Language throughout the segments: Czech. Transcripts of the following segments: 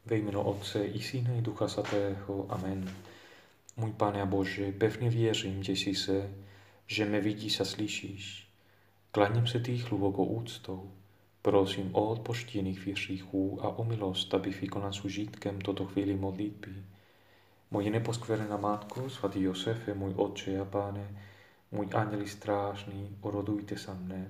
Ve jméno Otce i Syna i Ducha Svatého. Amen. Můj Pane a Bože, pevně věřím, že mě vidíš a slyšíš. Klaním se Ti hlubokou úctou. Prosím o odpuštění hříchů a o milost, abych vykonal s užitkem toto chvíli modlitby. Moje neposkvrněná Matko, svatý Josefe, můj Otče a Pane, můj anděli strážný, orodujte za mne.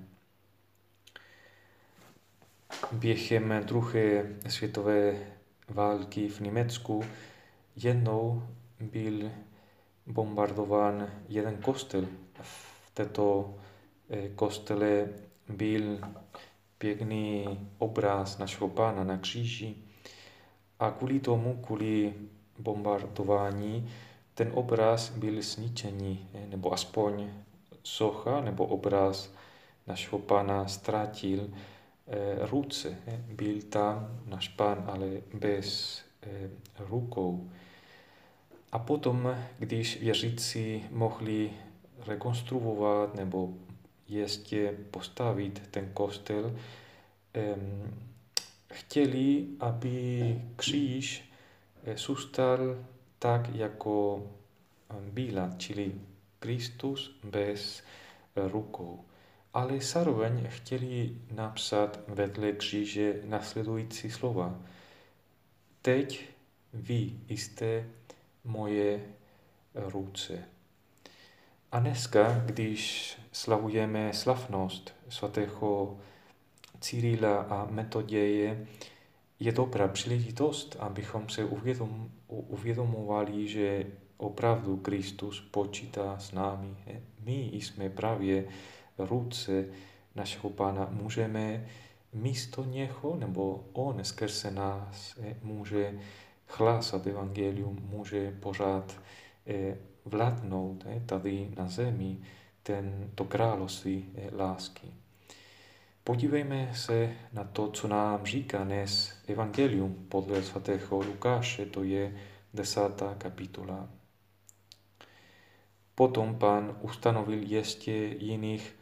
Během druhé světové války v Německu jednou byl bombardován jeden kostel. V této kostele byl pěkný obraz našeho Pána na kříži a kvůli bombardování, ten obraz byl zničený, nebo aspoň socha nebo obraz našeho Pána ztratil ruce. Byl tam náš Pán, ale bez rukou. A potom, když věřící mohli rekonstruovat nebo ještě postavit ten kostel, chtěli, aby kříž zůstal tak, jako byla, čili Kristus bez rukou. Ale zároveň chtěli napsat vedle kříže následující slova. Teď vy jste moje ruce. A dneska, když slavujeme slavnost svatého Cyrila a Metoděje, je dobrá příležitost, abychom se uvědomovali, že opravdu Kristus počítá s námi. My jsme právě ruce našeho Pána. Můžeme místo něho, nebo on skrze nás může hlásat evangelium, může pořád vládnout tady na zemi to království lásky. Podívejme se na to, co nám říká dnes evangelium podle svatého Lukáše, to je 10. kapitola. Potom Pán ustanovil ještě jiných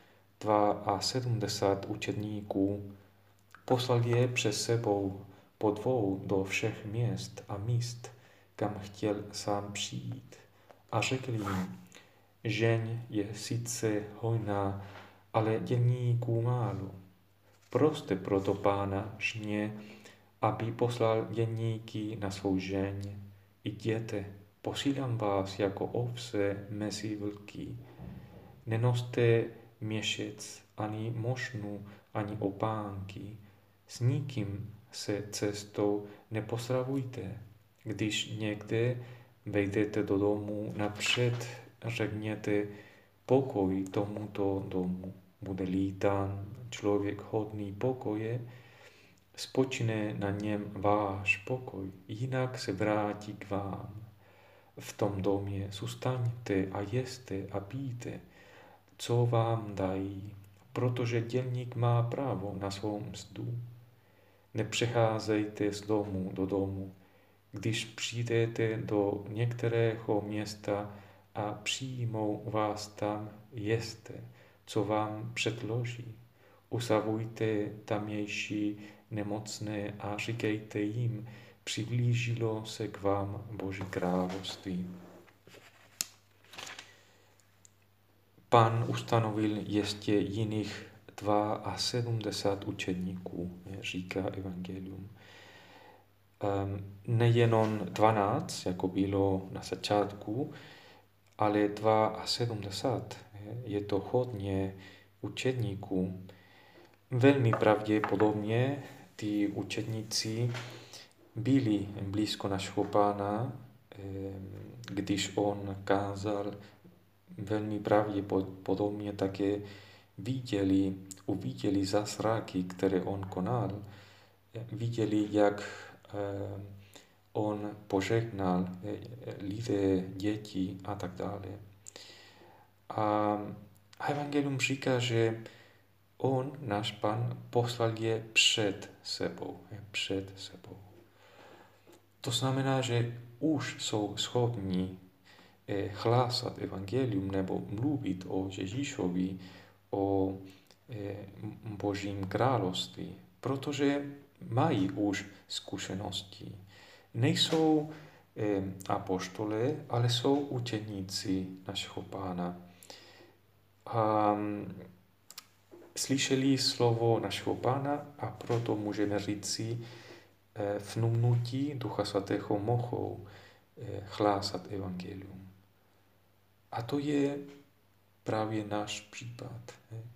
72 učedníků, poslal je přes sebou po dvou do všech měst a míst, kam chtěl sám přijít. A řekl jim, žeň je sice hojná, ale dělníků málo. Proste proto Pána žně, aby poslal dělníky na svou žeň. Jděte, posílám vás jako ovce mezi vlky. Nenoste měšec, ani mošnu, ani opánky. S nikým se cestou neposravujte. Když někde vejdete do domu, napřed řekněte pokoj tomuto domu. Bude-li tam člověk hodný pokoje, spočine na něm váš pokoj, jinak se vrátí k vám. V tom domě zůstaňte a jeste a pijte, co vám dají, protože dělník má právo na svou mzdu. Nepřecházejte z domu do domu. Když přijdete do některého města a přijmou vás tam, jeste, co vám předloží. Usavujte tamější nemocné a říkejte jim, přiblížilo se k vám Boží království. Pán ustanovil ještě jiných 72 učedníků, říká evangelium. Nejenom 12, jako bylo na začátku, ale 72. Je to hodně učedníků. Velmi pravděpodobně ty učedníci byli blízko našeho Pána, když on kázal. Velmi pravděpodobně také uviděli zázraky, které on konal. Viděli, jak on požehnal lidé, děti a tak dále. A evangelium říká, že on, náš Pán, poslal je před sebou. To znamená, že už jsou schopni hlásat evangelium nebo mluvit o Ježíšovi, o Božím království, protože mají už zkušenosti. Nejsou apoštole, ale jsou učeníci našeho Pána. A slyšeli slovo našeho Pána a proto můžeme říci, v nutí Ducha Svatého mohou hlásat evangelium. A to je právě náš případ.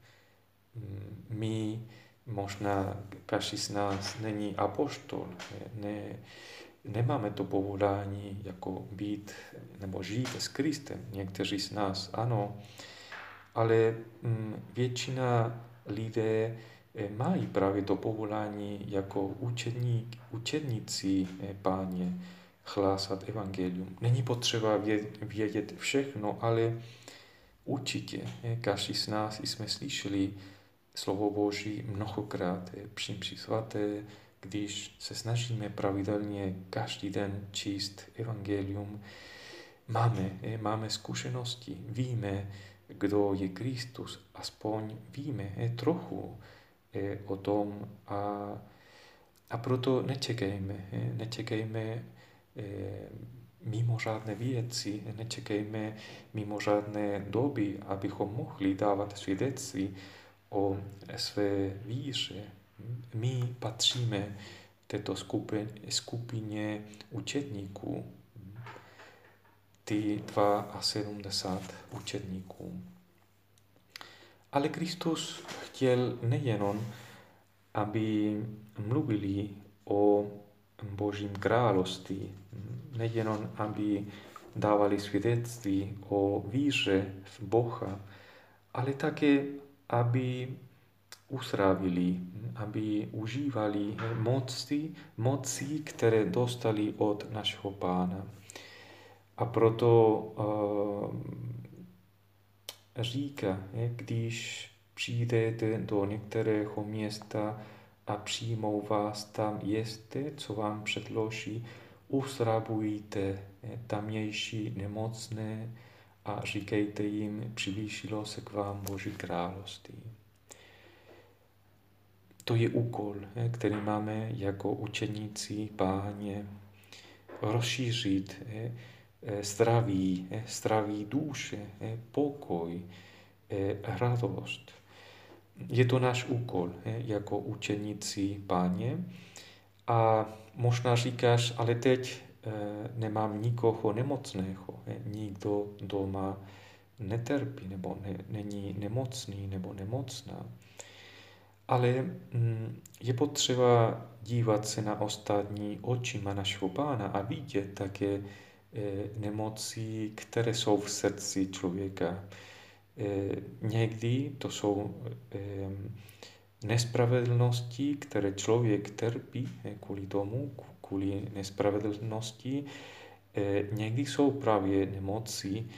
My možná každý z nás není apoštol, nemáme to povolání jako být nebo žít s Kristem. Někteří z nás ano, ale většina lidé mají právě to povolání jako učedníci Páně hlásat evangelium. Není potřeba vědět všechno, ale určitě každý z nás jsme slyšeli slovo Boží mnohokrát při svaté, když se snažíme pravidelně každý den číst evangelium. Máme zkušenosti, víme, kdo je Kristus, aspoň víme trochu o tom a proto nečekejme mimořádné věci, nečekejme mimořádné doby, abychom mohli dávat svědectví o své víře. My patříme této skupině učedníků, ty 72 učedníků. Ale Kristus chtěl nejenom, aby mluvili o Božím království, nejenom, aby dávali svědectví o víře v Boha, ale také, aby uzdravili, aby užívali moci, které dostali od našeho Pána. A proto říká, když přijdete do některého města a přijmou vás tam, jeste, co vám předloží, uzdravujte tamnější nemocné a říkejte jim, přiblížilo se k vám Boží království. To je úkol, který máme jako učeníci Páně, rozšířit zdraví duše, pokoj, radost. Je to náš úkol jako učeníci Páně a možná říkáš, ale teď nemám nikoho nemocného, nikdo doma netrpí nebo není nemocný nebo nemocná. Ale je potřeba dívat se na ostatní očima našeho Pána a vidět také nemoci, které jsou v srdci člověka. Někdy to jsou nespravedlnosti, které člověk trpí kvůli tomu, kvůli nespravedlnosti. Někdy jsou právě nemoci,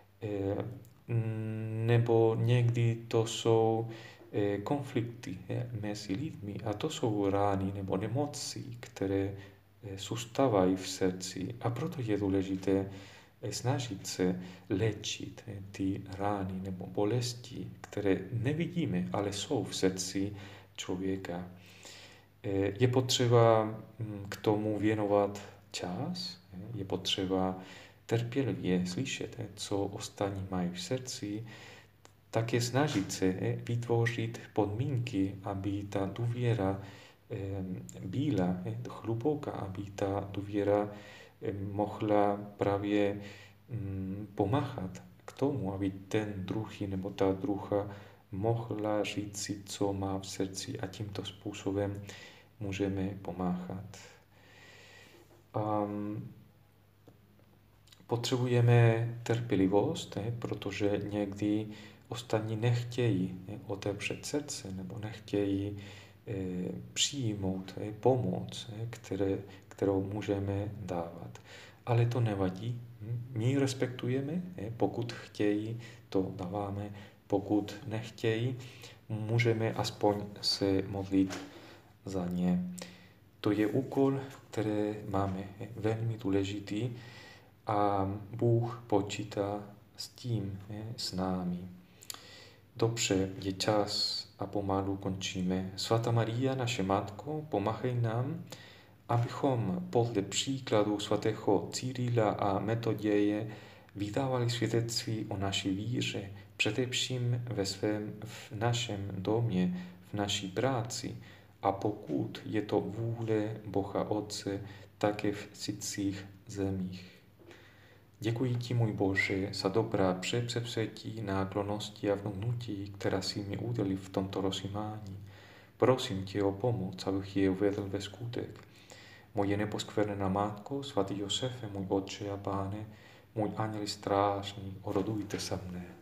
nebo někdy to jsou konflikty mezi lidmi a to jsou rány nebo nemoci, které zůstávají v srdci a proto je důležité snažit se léčit ty rány nebo bolesti, které nevidíme, ale jsou v srdci člověka. Je potřeba k tomu věnovat čas, je potřeba trpělivě slyšet, co ostatní mají v srdci, také snažit se vytvořit podmínky, aby ta důvěra byla hluboká, aby ta důvěra mohla právě pomáhat k tomu, aby ten druhý nebo ta druhá mohla říct si, co má v srdci a tímto způsobem můžeme pomáhat. Potřebujeme trpělivost, protože někdy ostatní nechtějí otevřet srdce nebo nechtějí přijmout pomoc, kterou můžeme dávat. Ale to nevadí. My respektujeme, pokud chtějí, to dáváme, pokud nechtějí, můžeme aspoň se modlit za ně. To je úkol, který máme velmi důležitý a Bůh počítá s tím, s námi. Dobře, je čas a pomalu končíme. Svatá Maria, naše Matko, pomáhej nám, abychom podle příkladu svatého Cyrila a Metoděje vydávali svědectví o naší víře, především v našem domě, v naší práci a pokud je to vůle Boha Otce, také v cizích zemích. Děkuji ti, můj Bože, za dobrá přepřevzetí, náklonnosti a vnutí, která si mi udělil v tomto rozjímání. Prosím tě o pomoc, abych je uvedl ve skutek. Moje neposkvrněná Matko, svatý Josefe, můj Otče a Páne, můj anděl strážný, orodujte za mne.